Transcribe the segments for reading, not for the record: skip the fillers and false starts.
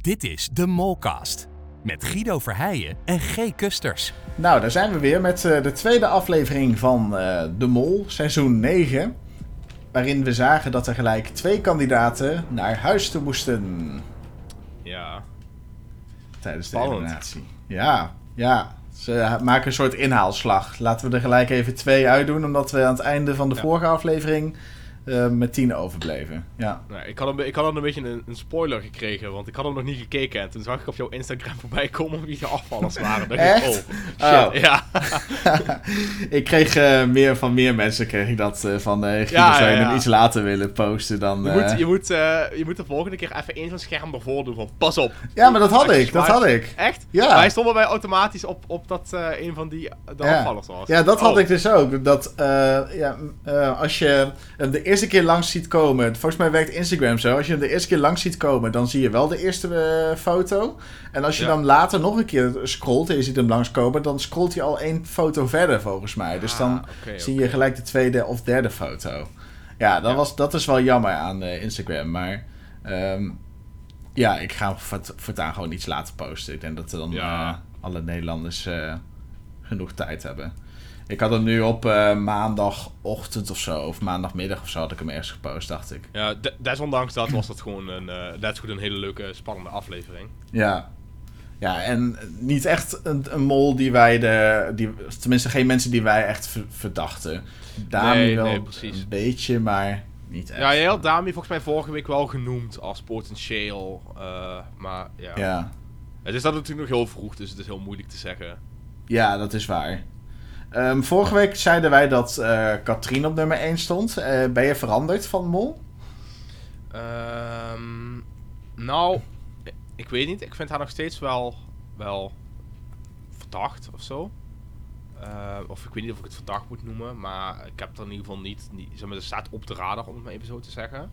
Dit is de Molcast met Guido Verheijen en G. Kusters. Nou, daar zijn we weer met de tweede aflevering van De Mol, seizoen 9. Waarin we zagen dat er gelijk 2 kandidaten naar huis toe moesten. Ja. Tijdens de eliminatie. Ja. Ze maken een soort inhaalslag. Laten we er gelijk even 2 uitdoen, omdat we aan het einde van de vorige aflevering met 10 overbleven. Ja. Nou, ik had al een beetje een spoiler gekregen, want ik had hem nog niet gekeken. En toen zag ik op jouw Instagram voorbij komen wie de afvallers waren. Dan dacht ik, Echt? shit, ja. Ik kreeg meer mensen kreeg ik dat van Guido, zou je hem iets later willen posten dan... Je moet de volgende keer even één zo'n scherm ervoor doen van pas op. Ja, maar dat had ik. Echt? Ja. Maar hij stond bij mij automatisch op dat een van die afvallers was. Ja, dat had ik dus ook. Dat als je hem de eerste keer langs ziet komen... Volgens mij werkt Instagram zo. Als je hem de eerste keer langs ziet komen, dan zie je wel de eerste foto. En als je dan later nog een keer scrolt en je ziet hem langskomen, dan scrolt hij al 1 foto verder volgens mij. Dus dan zie je gelijk de tweede of derde foto. Ja, dat is wel jammer aan Instagram. Maar ik ga voortaan gewoon iets later posten. Ik denk dat er dan alle Nederlanders genoeg tijd hebben. Ik had hem nu op maandagochtend of zo, of maandagmiddag of zo, had ik hem ergens gepost, dacht ik. Ja, desondanks dat was dat gewoon een hele leuke, spannende aflevering. Ja, en niet echt een mol die tenminste geen mensen die wij echt verdachten. Dami wel een beetje, maar niet echt. Ja, je had Dami volgens mij vorige week wel genoemd als potentieel, maar ja. Het is dat natuurlijk nog heel vroeg, dus het is heel moeilijk te zeggen. Ja, dat is waar. Vorige week zeiden wij dat Katrien op nummer 1 stond. Ben je veranderd van mol? Nou, ik weet niet. Ik vind haar nog steeds wel verdacht of zo. Of ik weet niet of ik het verdacht moet noemen. Maar ik heb er in ieder geval niet zeg maar, er staat op de radar, om het maar even zo te zeggen.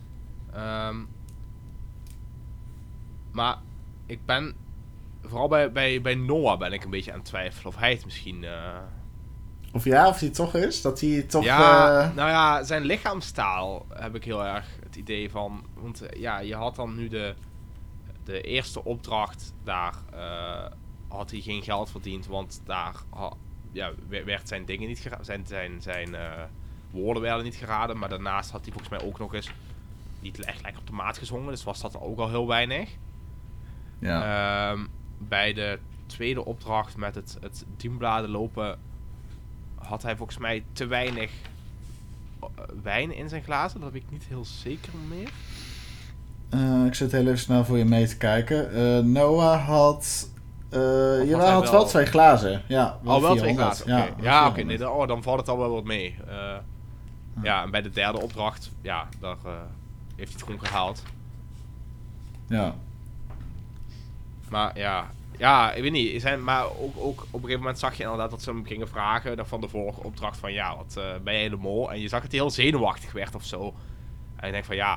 Maar ik ben... Vooral bij Noah ben ik een beetje aan het twijfelen of hij het misschien... Of hij het toch is? Dat hij toch... Ja, nou ja, zijn lichaamstaal heb ik heel erg het idee van... Want je had dan nu de eerste opdracht. Daar had hij geen geld verdiend. Want daar werd zijn dingen niet geraden. Zijn woorden werden niet geraden. Maar daarnaast had hij volgens mij ook nog eens niet echt lekker op de maat gezongen. Dus was dat er ook al heel weinig. Ja. Bij de tweede opdracht met het 10 bladen lopen... had hij volgens mij te weinig wijn in zijn glazen. Dat heb ik niet heel zeker meer. Ik zit heel even snel voor je mee te kijken. Noah had... hij had wel 2 glazen. Ja, wel 2 glazen. Okay. Ja, oké. Nee, dan valt het al wel wat mee. Ja, en bij de derde opdracht... Ja, daar heeft hij het gewoon gehaald. Ja. Maar ja, ik weet niet. Maar ook op een gegeven moment zag je inderdaad dat ze hem gingen vragen van de vorige opdracht van wat ben jij de mol? En je zag dat hij heel zenuwachtig werd of zo. En je denkt van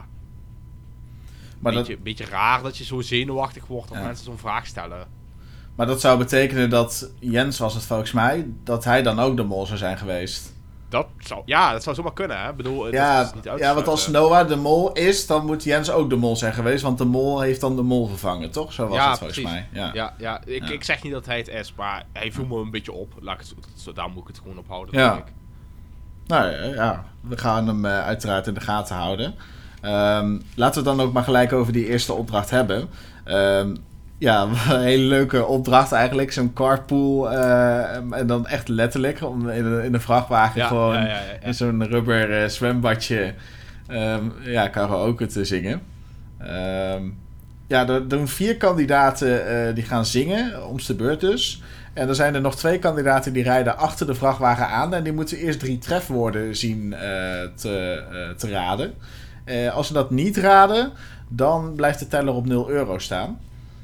een beetje raar dat je zo zenuwachtig wordt als mensen zo'n vraag stellen. Maar dat zou betekenen dat Jens was het volgens mij, dat hij dan ook de mol zou zijn geweest. Dat zou zomaar kunnen, hè? Ik bedoel, dat is niet want als Noah de mol is, dan moet Jens ook de mol zijn geweest, want de mol heeft dan de mol vervangen, toch? Zo was het volgens mij. Ja. Ik zeg niet dat hij het is, maar hij viel me een beetje op. Daar moet ik het gewoon op houden, denk ik. Nou ja, we gaan hem uiteraard in de gaten houden. Laten we het dan ook maar gelijk over die eerste opdracht hebben. Een hele leuke opdracht eigenlijk. Zo'n carpool. En dan echt letterlijk. Om in de vrachtwagen in zo'n rubber zwembadje karaoke te zingen. Er doen 4 kandidaten die gaan zingen. Om de beurt dus. En er zijn er nog 2 kandidaten die rijden achter de vrachtwagen aan. En die moeten eerst 3 trefwoorden zien te raden. Als ze dat niet raden, dan blijft de teller op €0 staan.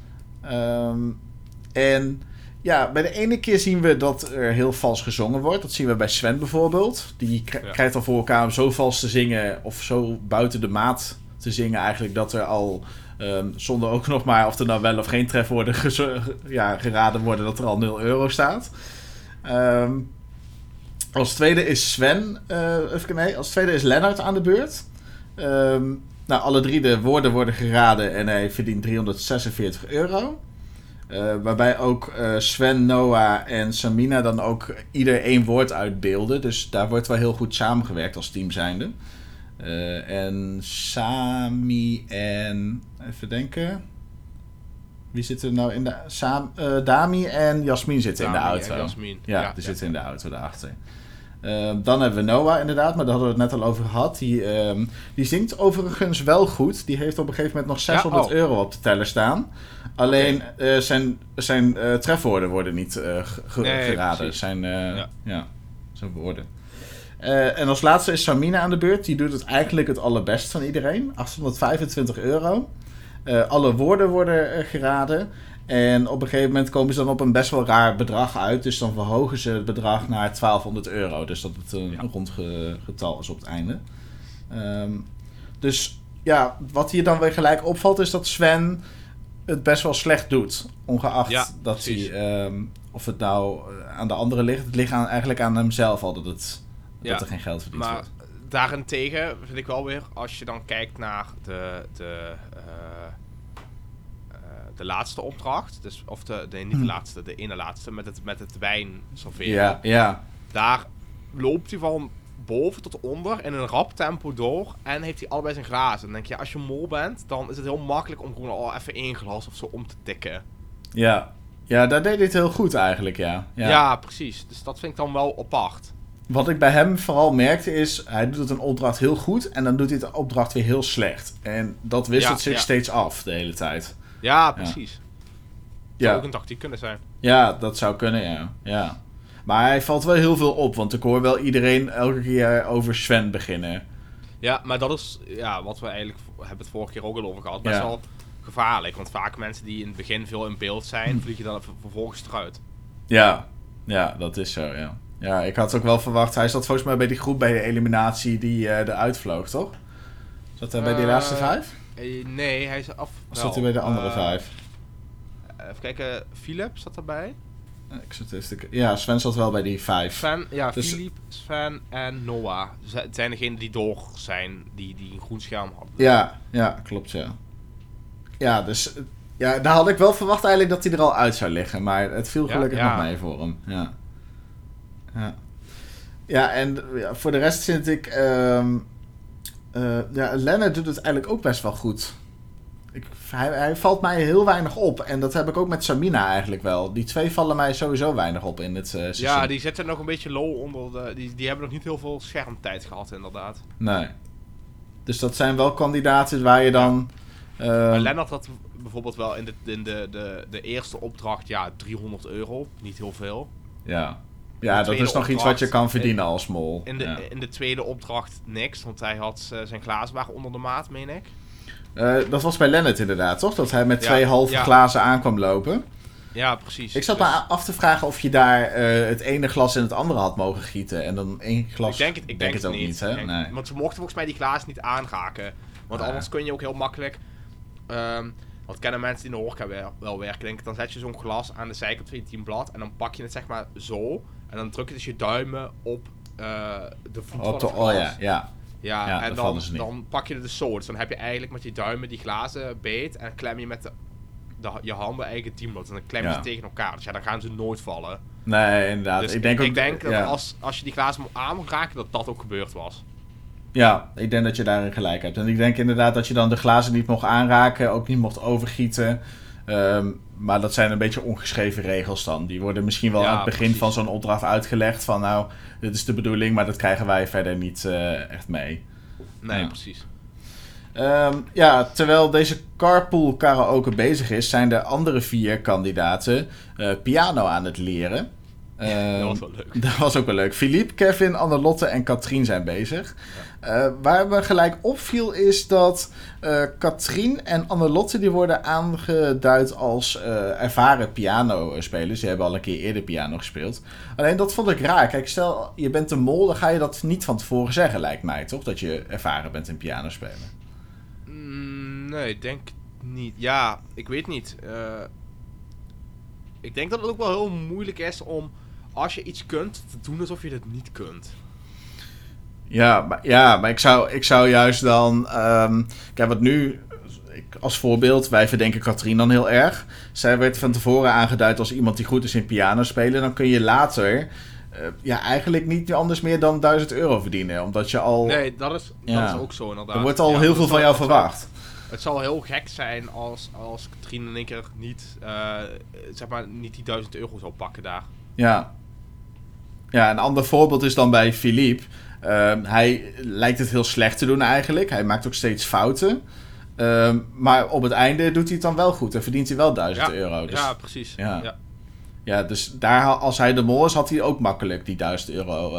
Bij de ene keer zien we dat er heel vals gezongen wordt. Dat zien we bij Sven bijvoorbeeld. Die krijgt al voor elkaar om zo vals te zingen of zo buiten de maat te zingen eigenlijk, dat er al zonder ook nog maar of er nou wel of geen trefwoorden geraden worden, dat er al €0 staat. Als tweede is Lennart aan de beurt. Nou, alle 3 de woorden worden geraden en hij verdient €346. Waarbij ook Sven, Noah en Samina dan ook ieder 1 woord uitbeelden. Dus daar wordt wel heel goed samengewerkt als team zijnde. En Sami en... Even denken. Wie zit er nou in de... Dami en Jasmin zitten in de auto. En Jasmin. Ja, die zitten in de auto daarachter. Dan hebben we Noah inderdaad, maar daar hadden we het net al over gehad. Die zingt overigens wel goed. Die heeft op een gegeven moment nog €600 op de teller staan. Alleen zijn trefwoorden worden niet geraden. Zijn woorden. En als laatste is Samina aan de beurt. Die doet het eigenlijk het allerbest van iedereen. €825. Alle woorden worden geraden. En op een gegeven moment komen ze dan op een best wel raar bedrag uit. Dus dan verhogen ze het bedrag naar €1200. Dus dat het een rond getal is op het einde. Dus ja, wat hier dan weer gelijk opvalt is dat Sven het best wel slecht doet. Ongeacht dat hij... of het nou aan de anderen ligt. Het ligt eigenlijk aan hemzelf al dat er geen geld verdiend wordt. Daarentegen vind ik wel weer, als je dan kijkt naar de laatste opdracht, dus, of niet de laatste, de ene laatste, met het wijn serveren. Ja. Daar loopt hij van boven tot onder in een rap tempo door en heeft hij allebei zijn glazen. Dan denk je, als je mol bent, dan is het heel makkelijk om gewoon al even 1 glas of zo om te tikken. Ja, daar deed hij het heel goed eigenlijk, Ja, precies. Dus dat vind ik dan wel apart. Wat ik bij hem vooral merkte is, hij doet een opdracht heel goed en dan doet hij de opdracht weer heel slecht. En dat wisselt zich steeds af de hele tijd. Ja, precies. Dat zou ook een tactiek kunnen zijn. Ja, dat zou kunnen, ja. Maar hij valt wel heel veel op, want ik hoor wel iedereen elke keer over Sven beginnen. Ja, maar dat is wat we eigenlijk hebben het vorige keer ook al over gehad. Best wel gevaarlijk, want vaak mensen die in het begin veel in beeld zijn, vliegen dan vervolgens eruit. Ja, dat is zo, ja. Ja, ik had ook wel verwacht, hij zat volgens mij bij die groep bij de eliminatie die eruit vloog, toch? Zat hij bij die laatste 5? Nee, hij is af. Of zat hij bij de andere 5? Even kijken, Philip zat erbij. Ik zat even ja, Sven zat wel bij die 5. Dus... Philip, Sven en Noah. Het zijn degenen die door zijn, die een groen scherm hadden. Ja, klopt, ja. Ja, dus... Ja, daar had ik wel verwacht eigenlijk dat hij er al uit zou liggen. Maar het viel gelukkig nog mee voor hem. Ja, en voor de rest vind ik... Lennart doet het eigenlijk ook best wel goed. Hij valt mij heel weinig op. En dat heb ik ook met Samina eigenlijk wel. Die 2 vallen mij sowieso weinig op in het seizoen. Ja, die zitten nog een beetje low onder die hebben nog niet heel veel schermtijd gehad, inderdaad. Nee. Dus dat zijn wel kandidaten waar je dan... Maar Lennart had bijvoorbeeld wel in de eerste opdracht, €300. Niet heel veel. Ja, dat is nog iets wat je kan verdienen als mol. In de tweede opdracht niks, want hij had zijn glazen waren onder de maat, meen ik. Dat was bij Lennart inderdaad, toch? Dat hij met 2 halve glazen aankwam lopen. Ja, precies. Ik zat me af te vragen of je daar het ene glas in het andere had mogen gieten. En dan 1 glas... Ik denk het ook niet. Hè? Nee. Want ze mochten volgens mij die glazen niet aanraken. Want anders kun je ook heel makkelijk... wat kennen mensen die in de horeca wel werken, denk ik. Dan zet je zo'n glas aan de zijkant van je teamblad. En dan pak je het zeg maar zo. En dan druk je dus je duimen op de voet van het glas. Ja, en dan pak je het dus zo. Dus dan heb je eigenlijk met je duimen die glazen beet. En klem je met je handen eigen teamblad. En dan klem je ze tegen elkaar. Dus dan gaan ze nooit vallen. Nee, inderdaad. Dus ik denk dat als je die glazen aan moet raken, dat ook gebeurd was. Ja, ik denk dat je daarin gelijk hebt. En ik denk inderdaad dat je dan de glazen niet mocht aanraken. Ook niet mocht overgieten. Maar dat zijn een beetje ongeschreven regels dan. Die worden misschien wel aan het begin van zo'n opdracht uitgelegd. Van nou, dit is de bedoeling, maar dat krijgen wij verder niet echt mee. Nee, precies. Terwijl deze carpool karaoke bezig is, zijn de andere 4 kandidaten piano aan het leren. Dat was wel leuk. Dat was ook wel leuk. Philippe, Kevin, Annelotte en Katrien zijn bezig. Waar me gelijk opviel is dat Katrien en Annelotte die worden aangeduid als ervaren pianospelers. Die hebben al een keer eerder piano gespeeld. Alleen dat vond ik raar. Kijk, stel je bent een mol, dan ga je dat niet van tevoren zeggen, lijkt mij toch? Dat je ervaren bent in piano spelen. Nee, ik denk niet. Ja, ik weet niet. Ik denk dat het ook wel heel moeilijk is om, als je iets kunt, te doen alsof je het niet kunt. Maar ik zou juist dan... kijk, wat nu... Als voorbeeld, wij verdenken Katrien dan heel erg. Zij werd van tevoren aangeduid als iemand die goed is in piano spelen. Dan kun je later... eigenlijk niet anders meer dan €1000 verdienen. Omdat je al... Nee, dat is ook zo inderdaad. Er wordt al heel veel van jou verwacht. Het zal heel gek zijn als Katrien in één keer niet die €1000 zou pakken daar. Ja, een ander voorbeeld is dan bij Philippe. Hij lijkt het heel slecht te doen eigenlijk. Hij maakt ook steeds fouten. Maar op het einde doet hij het dan wel goed. En verdient hij wel €1000. Dus, ja, precies. Ja, dus daar, als hij de mol is, had hij ook makkelijk die €1000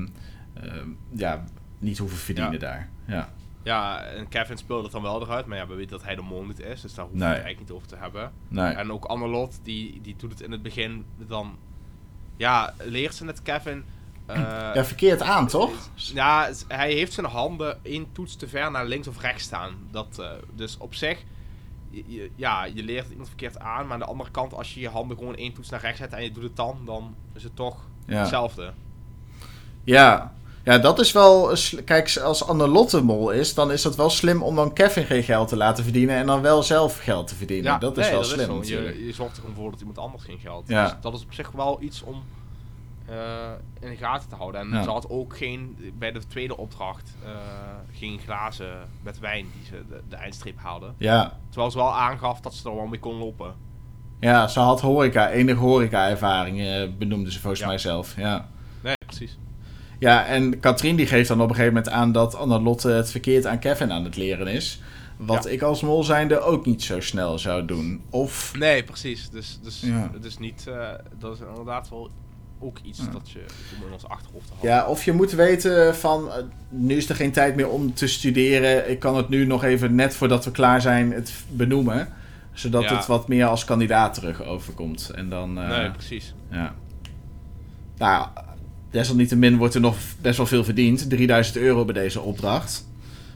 niet hoeven verdienen daar. Ja, en Kevin speelde het dan wel eruit. Maar ja, we weten dat hij de mol niet is. Dus daar hoeven we het eigenlijk niet over te hebben. Nee. En ook Annelot, die doet het in het begin dan... Ja, leert ze net Kevin... verkeerd aan, toch? Ja, hij heeft zijn handen 1 toets te ver naar links of rechts staan. Dus op zich... je leert iemand verkeerd aan. Maar aan de andere kant, als je je handen gewoon 1 toets naar rechts zet en je doet het dan is het toch hetzelfde. Ja, dat is wel... Kijk, als Annelotte mol is, dan is dat wel slim om dan Kevin geen geld te laten verdienen en dan wel zelf geld te verdienen. Ja, dat is wel slim. Je zorgt er gewoon voor dat iemand anders geen geld. Ja. Dus dat is op zich wel iets om in de gaten te houden. En ze had ook bij de tweede opdracht geen glazen met wijn die ze de eindstreep haalden. Ja. Terwijl ze wel aangaf dat ze er wel mee kon lopen. Ja, ze had enige horeca-ervaring, benoemde ze volgens mij zelf. Ja. Nee, precies. Ja, en Katrien die geeft dan op een gegeven moment aan dat Annelotte het verkeerd aan Kevin aan het leren is. Wat ik als mol zijnde ook niet zo snel zou doen. Of... Nee, precies. Dus het is niet... dat is inderdaad wel ook iets dat je in ons achterhoofd te houden. Ja, of je moet weten van... nu is er geen tijd meer om te studeren. Ik kan het nu nog even net voordat we klaar zijn het benoemen. Zodat het wat meer als kandidaat terug overkomt. En dan... nee, precies. Ja. Nou, desalniettemin wordt er nog best wel veel verdiend. €3000 bij deze opdracht.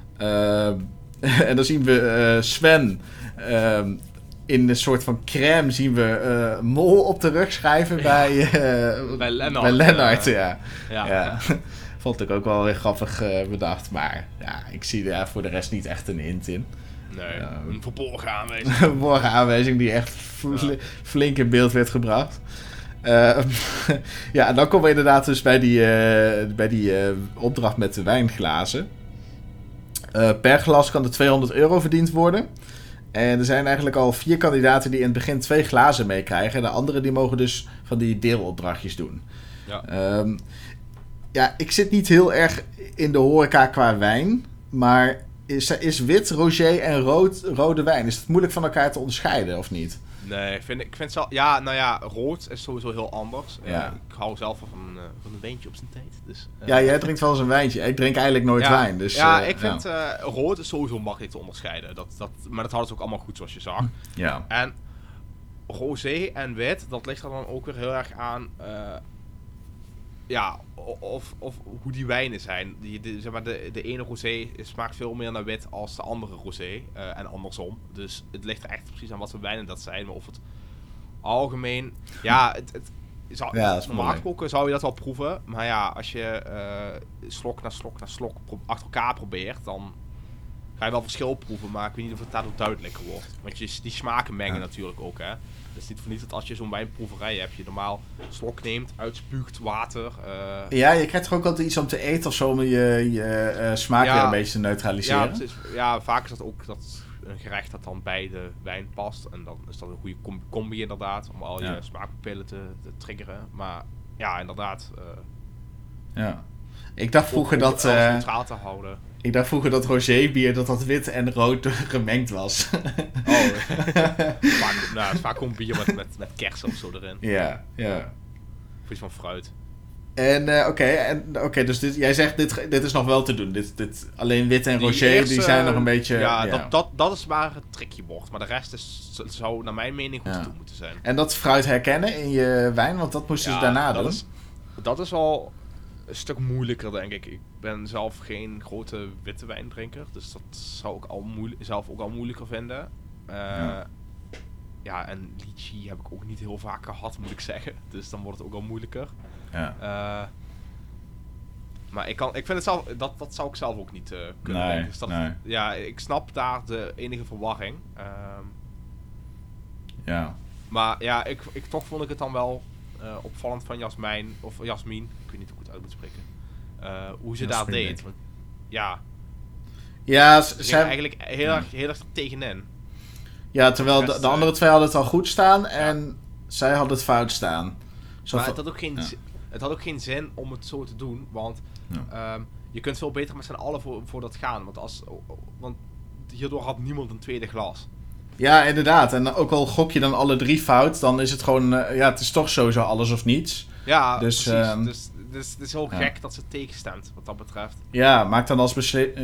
En dan zien we Sven... in een soort van crème zien we mol op de rug schrijven bij Lennart. Ja. Vond ik ook wel weer grappig bedacht. Maar ja, ik zie er voor de rest niet echt een hint in. Nee, een verborgen aanwijzing. Een verborgen aanwijzing die echt flink in beeld werd gebracht. En dan komen we inderdaad dus bij die opdracht met de wijnglazen. Per glas kan er €200 verdiend worden. En er zijn eigenlijk al 4 kandidaten die in het begin 2 glazen meekrijgen. De anderen die mogen dus van die deelopdrachtjes doen. Ja. Ik zit niet heel erg in de horeca qua wijn. Maar is wit, rosé en rode wijn... is het moeilijk van elkaar te onderscheiden, of niet? Nee, ik vind zelf... Ja, nou ja, rood is sowieso heel anders. Ja. Ik hou zelf van een wijntje op zijn tijd. Dus, ja, jij drinkt wel eens een wijntje. Ik drink eigenlijk nooit wijn. Dus, ik vind rood is sowieso makkelijk te onderscheiden. Maar dat hadden ze ook allemaal goed, zoals je zag. Ja. En rosé en wit, dat ligt er dan ook weer heel erg aan... of hoe die wijnen zijn. Zeg maar de ene rosé smaakt veel meer naar wit als de andere rosé. En andersom. Dus het ligt er echt precies aan wat voor wijnen dat zijn. Maar of het algemeen... Ja, normaal gesproken zou je dat wel proeven. Maar ja, als je slok na slok na slok achter elkaar probeert... dan ga je wel verschil proeven. Maar ik weet niet of het daardoor duidelijker wordt. Want die smaken mengen natuurlijk ook, hè. Het is niet voor niets dat als je zo'n wijnproeverij hebt, je normaal slok neemt, uitspuugt, water. Ja, je krijgt toch ook altijd iets om te eten of zo om je smaak weer een beetje te neutraliseren? Ja, vaak is dat ook een gerecht dat dan bij de wijn past. En dan is dat een goede combi inderdaad, om al je smaakpapillen te triggeren. Maar ja, inderdaad. Ik dacht vroeger dat... neutraal te houden. Ik dacht vroeger dat rosébier dat wit en rood gemengd was. Vaak gewoon bier met kersen of zo erin. Ja. Of iets van fruit. En oké, dus jij zegt dit is nog wel te doen. Dit, alleen wit en rosé, die zijn nog een beetje... Dat is waar het tricky wordt. Maar de rest zou naar mijn mening goed te doen moeten zijn. En dat fruit herkennen in je wijn, want dat moesten ze daarna doen. Dat is al een stuk moeilijker, denk ik. Ik ben zelf geen grote witte wijndrinker. Dus dat zou ik zelf ook al moeilijker vinden. En lychee heb ik ook niet heel vaak gehad, moet ik zeggen. Dus dan wordt het ook al moeilijker. Maar ik vind het zelf, dat zou ik zelf ook niet kunnen denken. Dus ja, ik snap daar de enige verwarring. Ja. Maar ja, toch vond ik het dan wel opvallend van Jasmijn, of Jasmine, ik weet niet hoe ik het uit moet spreken, hoe ze daar deed. Want, ze ging eigenlijk heel erg tegenin. Ja, terwijl de andere twee hadden het al goed staan en zij hadden het fout staan. Maar het had ook geen zin om het zo te doen, want je kunt veel beter met z'n allen voor dat gaan. Want hierdoor had niemand een tweede glas. Ja, inderdaad. En ook al gok je dan alle 3 fout, dan is het gewoon... het is toch sowieso alles of niets. Ja, dus, precies. Dus het is heel gek dat ze tegenstemt, wat dat betreft. Ja, maak dan als beslissing...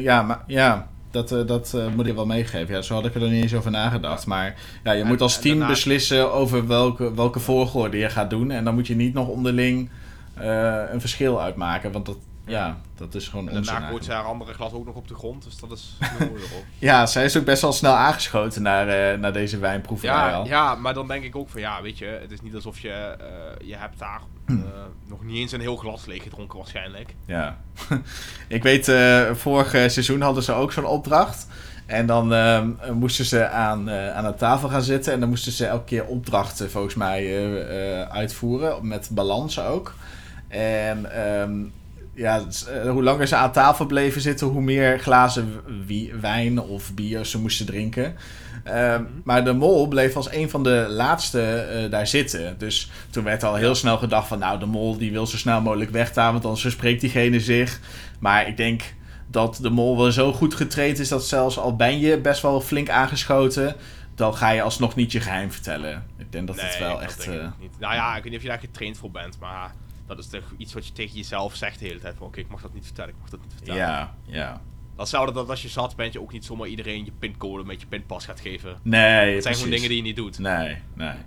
Dat moet ik wel meegeven. Ja, zo had ik er niet eens over nagedacht. Maar ja, je moet als team beslissen over welke volgorde je gaat doen. En dan moet je niet nog onderling een verschil uitmaken. Want dat is gewoon onzin. En daarna gooit ze haar andere glas ook nog op de grond. Dus dat is heel moeilijk. Ja, zij is ook best wel snel aangeschoten naar deze wijnproeverij. Ja, maar dan denk ik ook van weet je, het is niet alsof je hebt daar nog niet eens een heel glas leeg gedronken waarschijnlijk. Ja, ik weet, vorig seizoen hadden ze ook zo'n opdracht. En dan moesten ze aan de tafel gaan zitten. En dan moesten ze elke keer opdrachten volgens mij uitvoeren. Met balans ook. En hoe langer ze aan tafel bleven zitten, hoe meer glazen wijn of bier ze moesten drinken. Maar de mol bleef als een van de laatste daar zitten. Dus toen werd al heel snel gedacht van... de mol die wil zo snel mogelijk weggaan, want anders verspreekt diegene zich. Maar ik denk dat de mol wel zo goed getraind is... dat zelfs al ben je best wel flink aangeschoten... dan ga je alsnog niet je geheim vertellen. Ik denk dat het wel echt... niet. Nou ja, ik weet niet of je daar getraind voor bent, maar... dat is toch iets wat je tegen jezelf zegt de hele tijd. Van oké, ik mag dat niet vertellen, Ja. Datzelfde dat als je zat bent, je ook niet zomaar iedereen je pincode met je pinpas gaat geven. Nee, dat zijn gewoon dingen die je niet doet. Nee,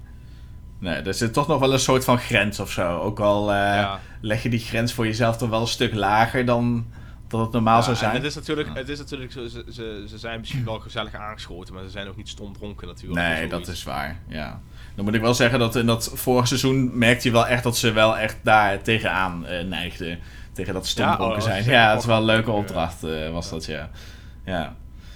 er zit toch nog wel een soort van grens of zo. Ook al leg je die grens voor jezelf toch wel een stuk lager dan dat het normaal zou zijn. Het is natuurlijk zo, ze zijn misschien wel gezellig aangeschoten, maar ze zijn ook niet stom dronken natuurlijk. Nee, dat is waar, ja. Dan moet ik wel zeggen dat in dat vorige seizoen merkte je wel echt dat ze wel echt daar tegenaan neigden. Tegen dat stomdronken zijn. Ja, het is wel een leuke opdracht was dat, ja.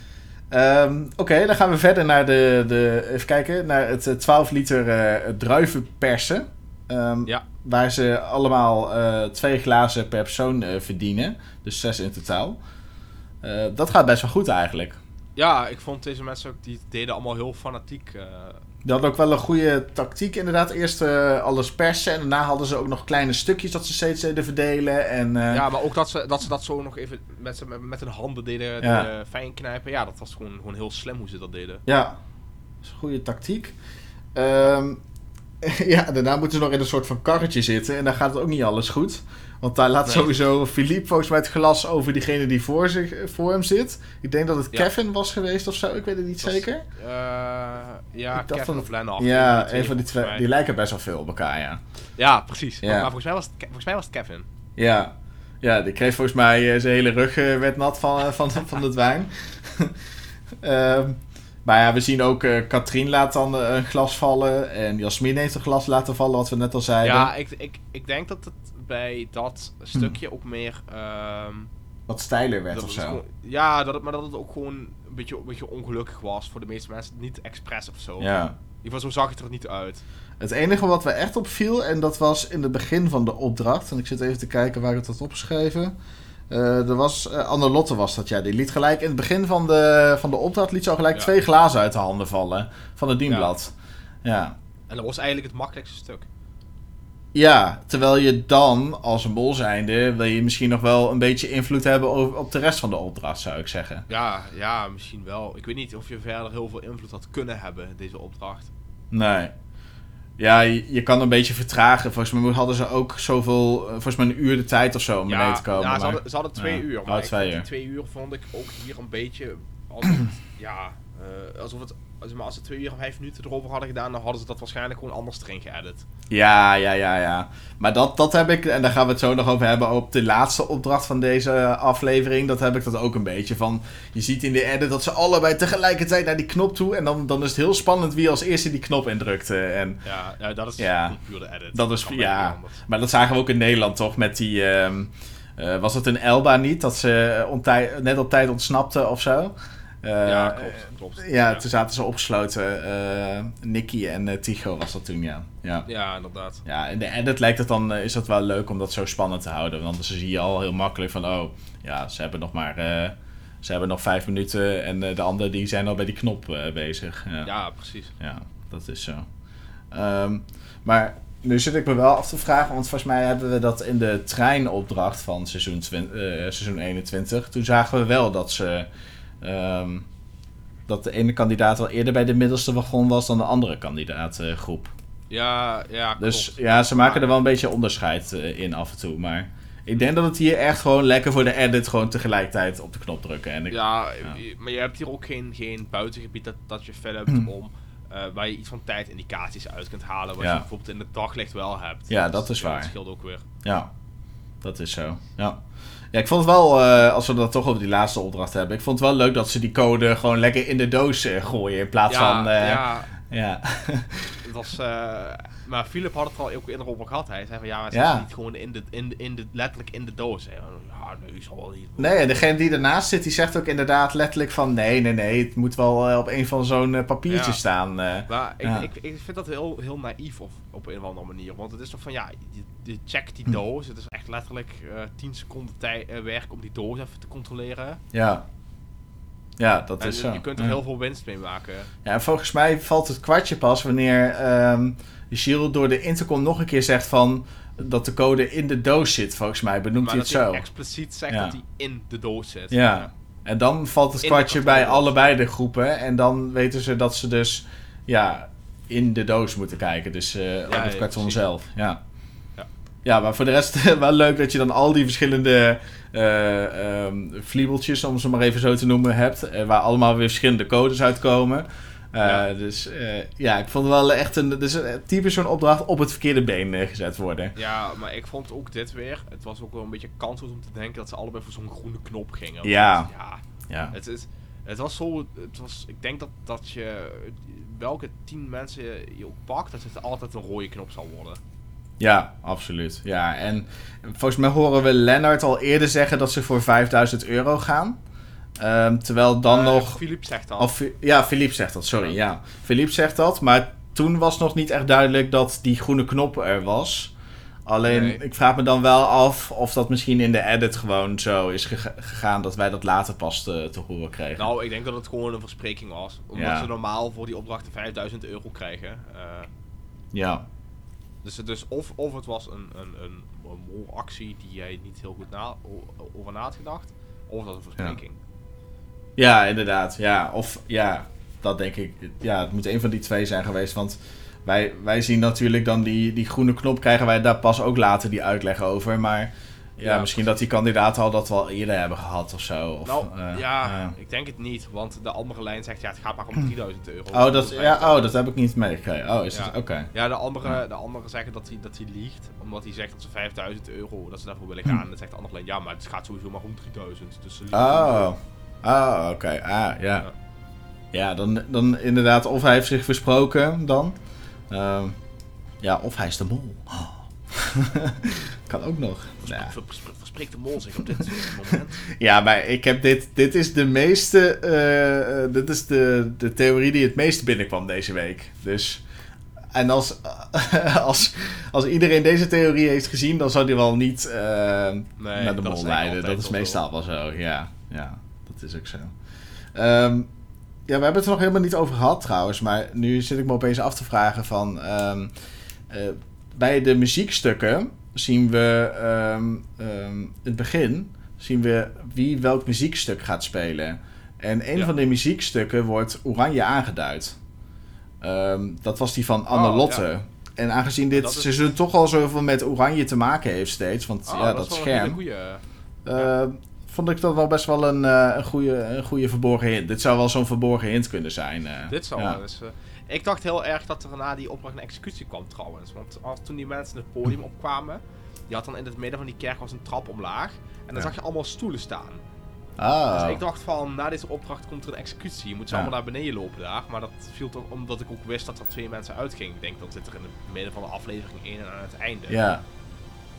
Oké, dan gaan we verder naar even kijken, naar het 12 liter druivenpersen. Waar ze allemaal 2 glazen per persoon verdienen. Dus 6 in totaal. Dat gaat best wel goed eigenlijk. Ja, ik vond deze mensen ook, die deden allemaal heel fanatiek. Die hadden ook wel een goede tactiek inderdaad. Eerst alles persen en daarna hadden ze ook nog kleine stukjes dat ze steeds deden verdelen. En, maar ook dat ze dat zo nog even met hun handen deden fijn knijpen. Ja, dat was gewoon heel slim hoe ze dat deden. Ja, dat is een goede tactiek. Daarna moeten ze nog in een soort van karretje zitten en dan gaat het ook niet alles goed. Want daar laat sowieso Philippe volgens mij het glas over diegene die voor hem zit. Ik denk dat het Kevin was geweest of zo, ik weet het niet zeker. Kevin of Lennart. Ja, een van die twee. Die lijken best wel veel op elkaar, ja. Ja, precies. Ja. Maar volgens mij was het Kevin. Ja, die kreeg volgens mij zijn hele rug werd nat van het wijn. Maar ja, we zien ook Katrien laat dan een glas vallen. En Jasmine heeft een glas laten vallen, wat we net al zeiden. Ja, ik denk dat het bij dat stukje ook meer... wat steiler werd of zo. Gewoon, maar dat het ook gewoon een beetje ongelukkig was voor de meeste mensen. Niet expres of zo. Ja. In ieder geval, zo zag het er niet uit. Het enige wat we echt opviel, en dat was in het begin van de opdracht. En ik zit even te kijken waar ik het had opgeschreven. Er was Anne-Lotte was dat, ja. Die liet gelijk in het begin van de opdracht liet ze al gelijk 2 glazen uit de handen vallen van het dienblad. Ja. En dat was eigenlijk het makkelijkste stuk. Ja, terwijl je dan, als een mol zijnde, wil je misschien nog wel een beetje invloed hebben op de rest van de opdracht, zou ik zeggen. Ja, misschien wel. Ik weet niet of je verder heel veel invloed had kunnen hebben, deze opdracht. Nee. Ja, je kan een beetje vertragen. Volgens mij hadden ze ook zoveel, volgens mij een uur de tijd of zo om beneden te komen. Ja, ze hadden 2 uur. Maar 2 uur vond ik ook hier een beetje alsof het, als ze 2 uur en 5 minuten erover hadden gedaan, dan hadden ze dat waarschijnlijk gewoon anders erin geëdit. Ja. Maar dat heb ik, en daar gaan we het zo nog over hebben, op de laatste opdracht van deze aflevering, dat heb ik dat ook een beetje van. Je ziet in de edit dat ze allebei tegelijkertijd naar die knop toe, en dan is het heel spannend wie als eerste die knop indrukte. En, dat is puur de edit. Dat is, maar dat zagen we ook in Nederland toch, met die... Was het in Elba niet, dat ze net op tijd ontsnapte of zo? Ja, klopt. Ja, toen zaten ze opgesloten. Nicky en Tycho was dat toen, ja. Ja, inderdaad. Ja, in de edit lijkt het dan, is dat wel leuk om dat zo spannend te houden. Want dan zie je al heel makkelijk van, ze hebben nog maar... ze hebben nog 5 minuten en de anderen die zijn al bij die knop bezig. Ja, precies. Ja, dat is zo. Maar nu zit ik me wel af te vragen, want volgens mij hebben we dat in de treinopdracht van seizoen 21. Toen zagen we wel dat ze... dat de ene kandidaat al eerder bij de middelste wagon was dan de andere kandidaatgroep. Ja, klopt. Dus ja, ze maken er wel een beetje onderscheid in af en toe. Maar ik denk dat het hier echt gewoon lekker voor de edit gewoon tegelijkertijd op de knop drukken. Maar je hebt hier ook geen buitengebied dat je filmt om... waar je iets van tijdindicaties uit kunt halen. Wat je bijvoorbeeld in het daglicht wel hebt. Ja, dat is waar. Dat scheelt ook weer. Ja, dat is zo. Ja, ik vond het wel, als we dat toch over die laatste opdracht hebben... Ik vond het wel leuk dat ze die code gewoon lekker in de doos gooien... in plaats van... Ja. Het was... maar Philip had het er al ook eerder over gehad. Hij zei van we zitten niet gewoon letterlijk in de doos. Nee, zal wel niet. Nee, en degene die ernaast zit, die zegt ook inderdaad letterlijk van... Nee, het moet wel op een van zo'n papiertje staan. Maar ik vind dat heel naïef op een of andere manier. Want het is toch van, je checkt die doos. Het is echt letterlijk 10 seconden werk om die doos even te controleren. Ja, dat is zo. Je kunt er heel veel winst mee maken. Ja, en volgens mij valt het kwartje pas wanneer Gilles door de intercom nog een keer zegt van... dat de code in de doos zit, volgens mij. Benoemt hij het zo. Maar dat hij expliciet zegt dat hij in de doos zit. Ja. En dan valt het kwartje bij allebei de groepen. En dan weten ze dat ze dus in de doos moeten kijken. Dus op het karton zelf. Ja, maar voor de rest wel leuk dat je dan al die verschillende vliebeltjes, om ze maar even zo te noemen, hebt. Waar allemaal weer verschillende codes uitkomen. Dus ik vond het wel echt een typisch zo'n opdracht op het verkeerde been gezet worden. Ja, maar ik vond ook dit weer. Het was ook wel een beetje kansloos om te denken dat ze allebei voor zo'n groene knop gingen. Ja. Het was zo... ik denk dat je... welke 10 mensen je ook pakt, dat het altijd een rode knop zal worden. Ja, absoluut. Ja, en volgens mij horen we Lennart al eerder zeggen dat ze voor €5.000 gaan. Terwijl dan nog... Philippe zegt dat. Philippe zegt dat, sorry. Ja. Philippe zegt dat, maar toen was nog niet echt duidelijk dat die groene knop er was. Alleen, ik vraag me dan wel af of dat misschien in de edit gewoon zo is gegaan dat wij dat later pas te horen kregen. Nou, ik denk dat het gewoon een verspreking was. Omdat ze normaal voor die opdrachten €5.000 krijgen. Dus of het was een molactie die jij niet heel goed over na had gedacht, of dat een verspreking. Ja, inderdaad. Ja, of dat denk ik. Ja, het moet een van die twee zijn geweest, want wij zien natuurlijk dan die groene knop, krijgen wij daar pas ook later die uitleg over, maar misschien dat die kandidaten al dat wel eerder hebben gehad of zo. Of, ik denk het niet, want de andere lijn zegt het gaat maar om €3.000. Dat heb ik niet meegekregen. Is het? Oké. Ja, de anderen zeggen dat hij liegt, omdat hij zegt dat ze €5.000, dat ze daarvoor willen gaan. En dan zegt de andere lijn, maar het gaat sowieso maar om 3.000. Dus ze liegen. Oké. Ja, dan inderdaad, of hij heeft zich versproken dan. Of hij is de mol. Kan ook nog. Verspreekt de mol zich op dit moment. Ja, maar ik heb dit is de meeste... dit is de theorie die het meest binnenkwam deze week. Dus... En als iedereen deze theorie heeft gezien, dan zou die wel niet naar de mol leiden. Dat is meestal wel zo, ja. Dat is ook zo. We hebben het er nog helemaal niet over gehad trouwens, maar nu zit ik me opeens af te vragen van... bij de muziekstukken zien we in het begin wie welk muziekstuk gaat spelen. En een van de muziekstukken wordt oranje aangeduid. Dat was die van Anne-Lotte. Ja. En aangezien dit seizoen toch al zoveel met oranje te maken heeft steeds, want dat scherm... vond ik dat wel best wel een goede verborgen hint. Dit zou wel zo'n verborgen hint kunnen zijn. Dit zou wel eens... Ik dacht heel erg dat er na die opdracht een executie kwam trouwens. Want toen die mensen het podium opkwamen... Die had dan in het midden van die kerk was een trap omlaag. En dan zag je allemaal stoelen staan. Dus ik dacht van, na deze opdracht komt er een executie. Je moet ze allemaal naar beneden lopen daar. Maar dat viel toch omdat ik ook wist dat er 2 mensen uitgingen. Ik denk dat dit er in het midden van de aflevering 1 en aan het einde.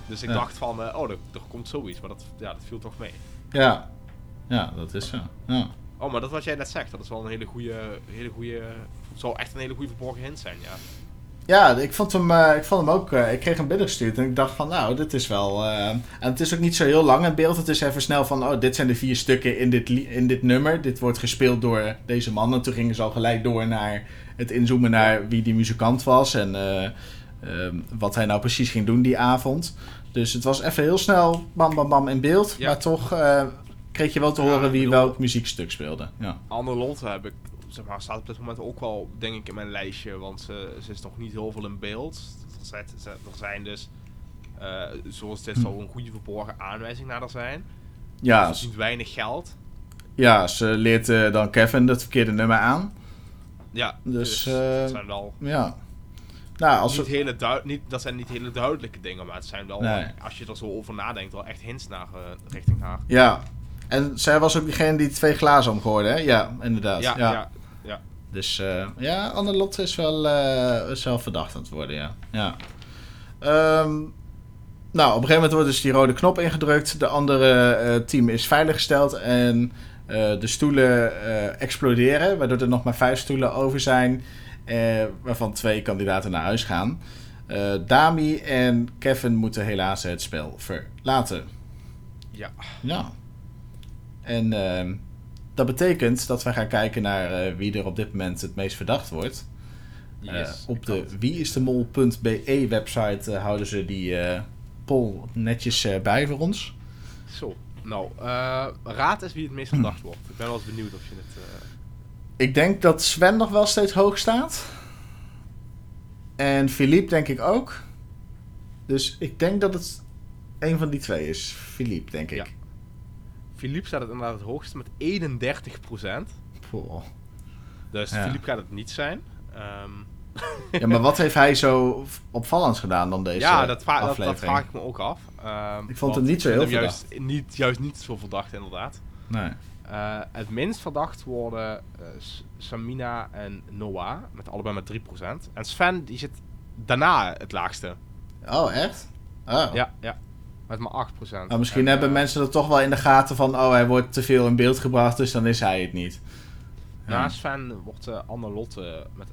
Dus ik dacht van, er komt zoiets, maar dat viel toch mee. Ja, dat is zo. Ja. Oh, maar dat wat jij net zegt, dat is wel een hele goede... zou echt een hele goede verborgen hint zijn, ja. Ja, ik vond hem ook... ik kreeg hem binnengestuurd en ik dacht van, nou, dit is wel... en het is ook niet zo heel lang in beeld. Het is even snel van, dit zijn de 4 stukken in dit nummer. Dit wordt gespeeld door deze man. En toen gingen ze al gelijk door naar het inzoomen naar wie die muzikant was. En wat hij nou precies ging doen die avond. Dus het was even heel snel bam, bam, bam in beeld. Ja. Maar toch kreeg je wel te horen wie welk muziekstuk speelde. Ja. Anne Lotte heb ik... Zeg maar, staat op dit moment ook wel, denk ik, in mijn lijstje. Want ze is nog niet heel veel in beeld. Er zijn dus, zoals dit, zal een goede verborgen aanwijzing naar er zijn. Ja. Ze verdient weinig geld. Ja, ze leert dan Kevin het verkeerde nummer aan. Ja, dus dat zijn wel... Ja. Nou, als dat zijn niet hele duidelijke dingen, maar het zijn wel, als je er zo over nadenkt, wel echt hints richting haar. Ja. En zij was ook diegene die 2 glazen omgooide, hè? Ja, inderdaad. Ja. Dus Anne Lotte is wel verdacht aan het worden, ja. Nou, op een gegeven moment wordt dus die rode knop ingedrukt. De andere team is veiliggesteld en de stoelen exploderen, waardoor er nog maar 5 stoelen over zijn, waarvan 2 kandidaten naar huis gaan. Dami en Kevin moeten helaas het spel verlaten. Ja. En dat betekent dat wij gaan kijken naar wie er op dit moment het meest verdacht wordt. Yes, op de wieisdemol.be website houden ze die poll netjes bij voor ons. Zo, nou, raad eens wie het meest verdacht wordt. Ik ben wel eens benieuwd of je het... Ik denk dat Sven nog wel steeds hoog staat. En Philippe denk ik ook. Dus ik denk dat het een van die 2 is. Philippe, denk ik. Ja. Philippe staat het inderdaad het hoogste met 31%. Poh. Dus Philippe gaat het niet zijn. Ja, maar wat heeft hij zo opvallends gedaan dan deze aflevering? Dat vraag ik me ook af. Ik vond het niet zo heel verdacht. Juist niet zo verdacht, inderdaad. Nee. Het minst verdacht worden Samina en Noah, met allebei met 3%. En Sven, die zit daarna het laagste. Oh, echt? Oh. Ja. Met maar 8%. Nou, misschien hebben mensen er toch wel in de gaten van, hij wordt te veel in beeld gebracht, dus dan is hij het niet. Na Sven wordt Anne Lotte met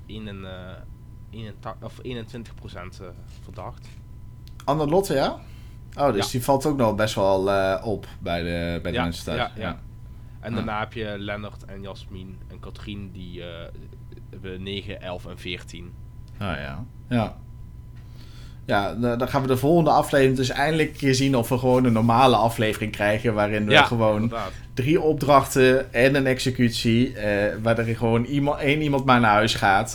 21% verdacht. Anne Lotte, ja? Oh, dus die valt ook nog best wel op bij de mensen thuis. Ja. En daarna heb je Lennart en Jasmin en Katrien, die hebben 9, 11 en 14. Oh ja. Ja, dan gaan we de volgende aflevering dus eindelijk een keer zien of we gewoon een normale aflevering krijgen. Waarin we gewoon inderdaad 3 opdrachten en een executie. Waar er gewoon één iemand maar naar huis gaat.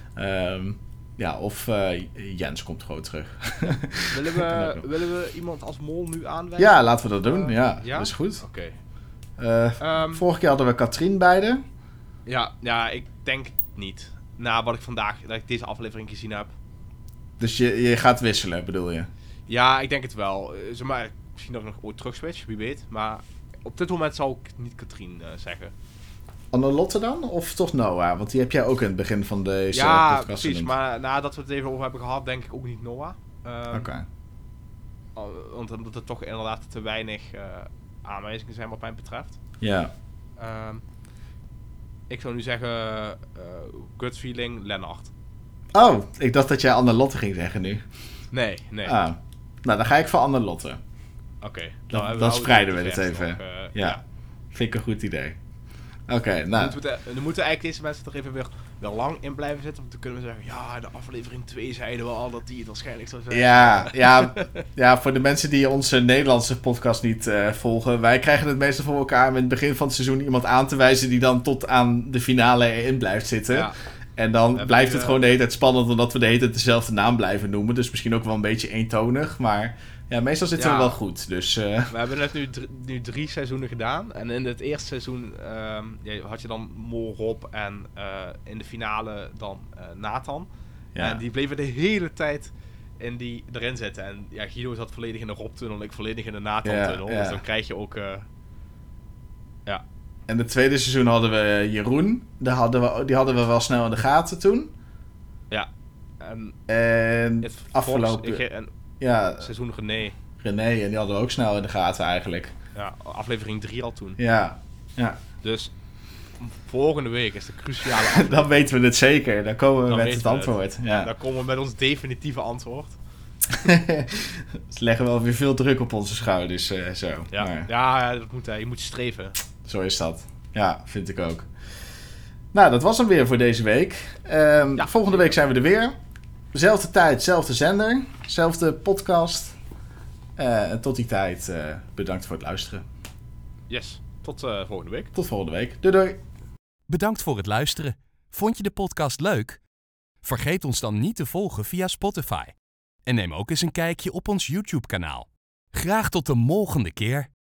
Of Jens komt gewoon terug. Willen we iemand als mol nu aanwijzen? Ja, laten we dat doen. Ja, dat is goed. Oké. Vorige keer hadden we Katrien beide. Ja, ik denk niet. Na wat ik dat ik deze aflevering gezien heb. Dus je gaat wisselen, bedoel je? Ja, ik denk het wel. Zeg maar, misschien dat ik nog ooit terugswitch, wie weet. Maar op dit moment zou ik niet Katrien zeggen. Anne Lotte dan? Of toch Noah? Want die heb jij ook in het begin van deze podcast precies. genoemd. Maar nadat we het even over hebben gehad, denk ik ook niet Noah. Oké. Want omdat er toch inderdaad te weinig aanwijzingen zijn wat mij betreft. Ja. Ik zou nu zeggen gut feeling Lennart. Oh, ik dacht dat jij Anne Lotte ging zeggen nu. Nee. Ah. Nou, dan ga ik voor Anne Lotte. Oké. Dan spreiden we het even. Ja. Vind ik een goed idee. Oké, nou. Dan moeten eigenlijk deze mensen er even weer lang in blijven zitten. Om te kunnen zeggen, ja, de aflevering 2 zeiden we al dat die het waarschijnlijk zou zijn. Ja, voor de mensen die onze Nederlandse podcast niet volgen. Wij krijgen het meestal voor elkaar om in het begin van het seizoen iemand aan te wijzen die dan tot aan de finale erin blijft zitten. Ja. En dan blijft het gewoon de hele tijd spannend, omdat we de hele tijd dezelfde naam blijven noemen. Dus misschien ook wel een beetje eentonig, maar ja, meestal zitten we wel goed. Dus, We hebben net nu 3 seizoenen gedaan. En in het eerste seizoen had je dan Mol, Rob en in de finale dan Nathan. Ja. En die bleven de hele tijd erin zitten. En ja, Guido zat volledig in de Rob-tunnel en ik volledig in de Nathan-tunnel. Ja. Dus dan krijg je ook... En het tweede seizoen hadden we Jeroen. Die hadden we wel snel in de gaten toen. Ja. En afgelopen... Seizoen René. René, en die hadden we ook snel in de gaten eigenlijk. Ja, aflevering 3 al toen. Ja. Dus volgende week is de cruciale aflevering. Dan weten we het zeker. Dan komen we Dan met weten het we antwoord. Ja. Dan komen we met ons definitieve antwoord. Ze leggen wel weer veel druk op onze schouders. Zo. Ja, Maar ja dat moet, je moet streven. zo is dat. Ja, vind ik ook. Nou, dat was hem weer voor deze week. Volgende week zijn we er weer. Zelfde tijd, zelfde zender. Zelfde podcast. En tot die tijd, bedankt voor het luisteren. Yes, tot volgende week. Tot volgende week. Doei doei. Bedankt voor het luisteren. Vond je de podcast leuk? Vergeet ons dan niet te volgen via Spotify. En neem ook eens een kijkje op ons YouTube-kanaal. Graag tot de volgende keer.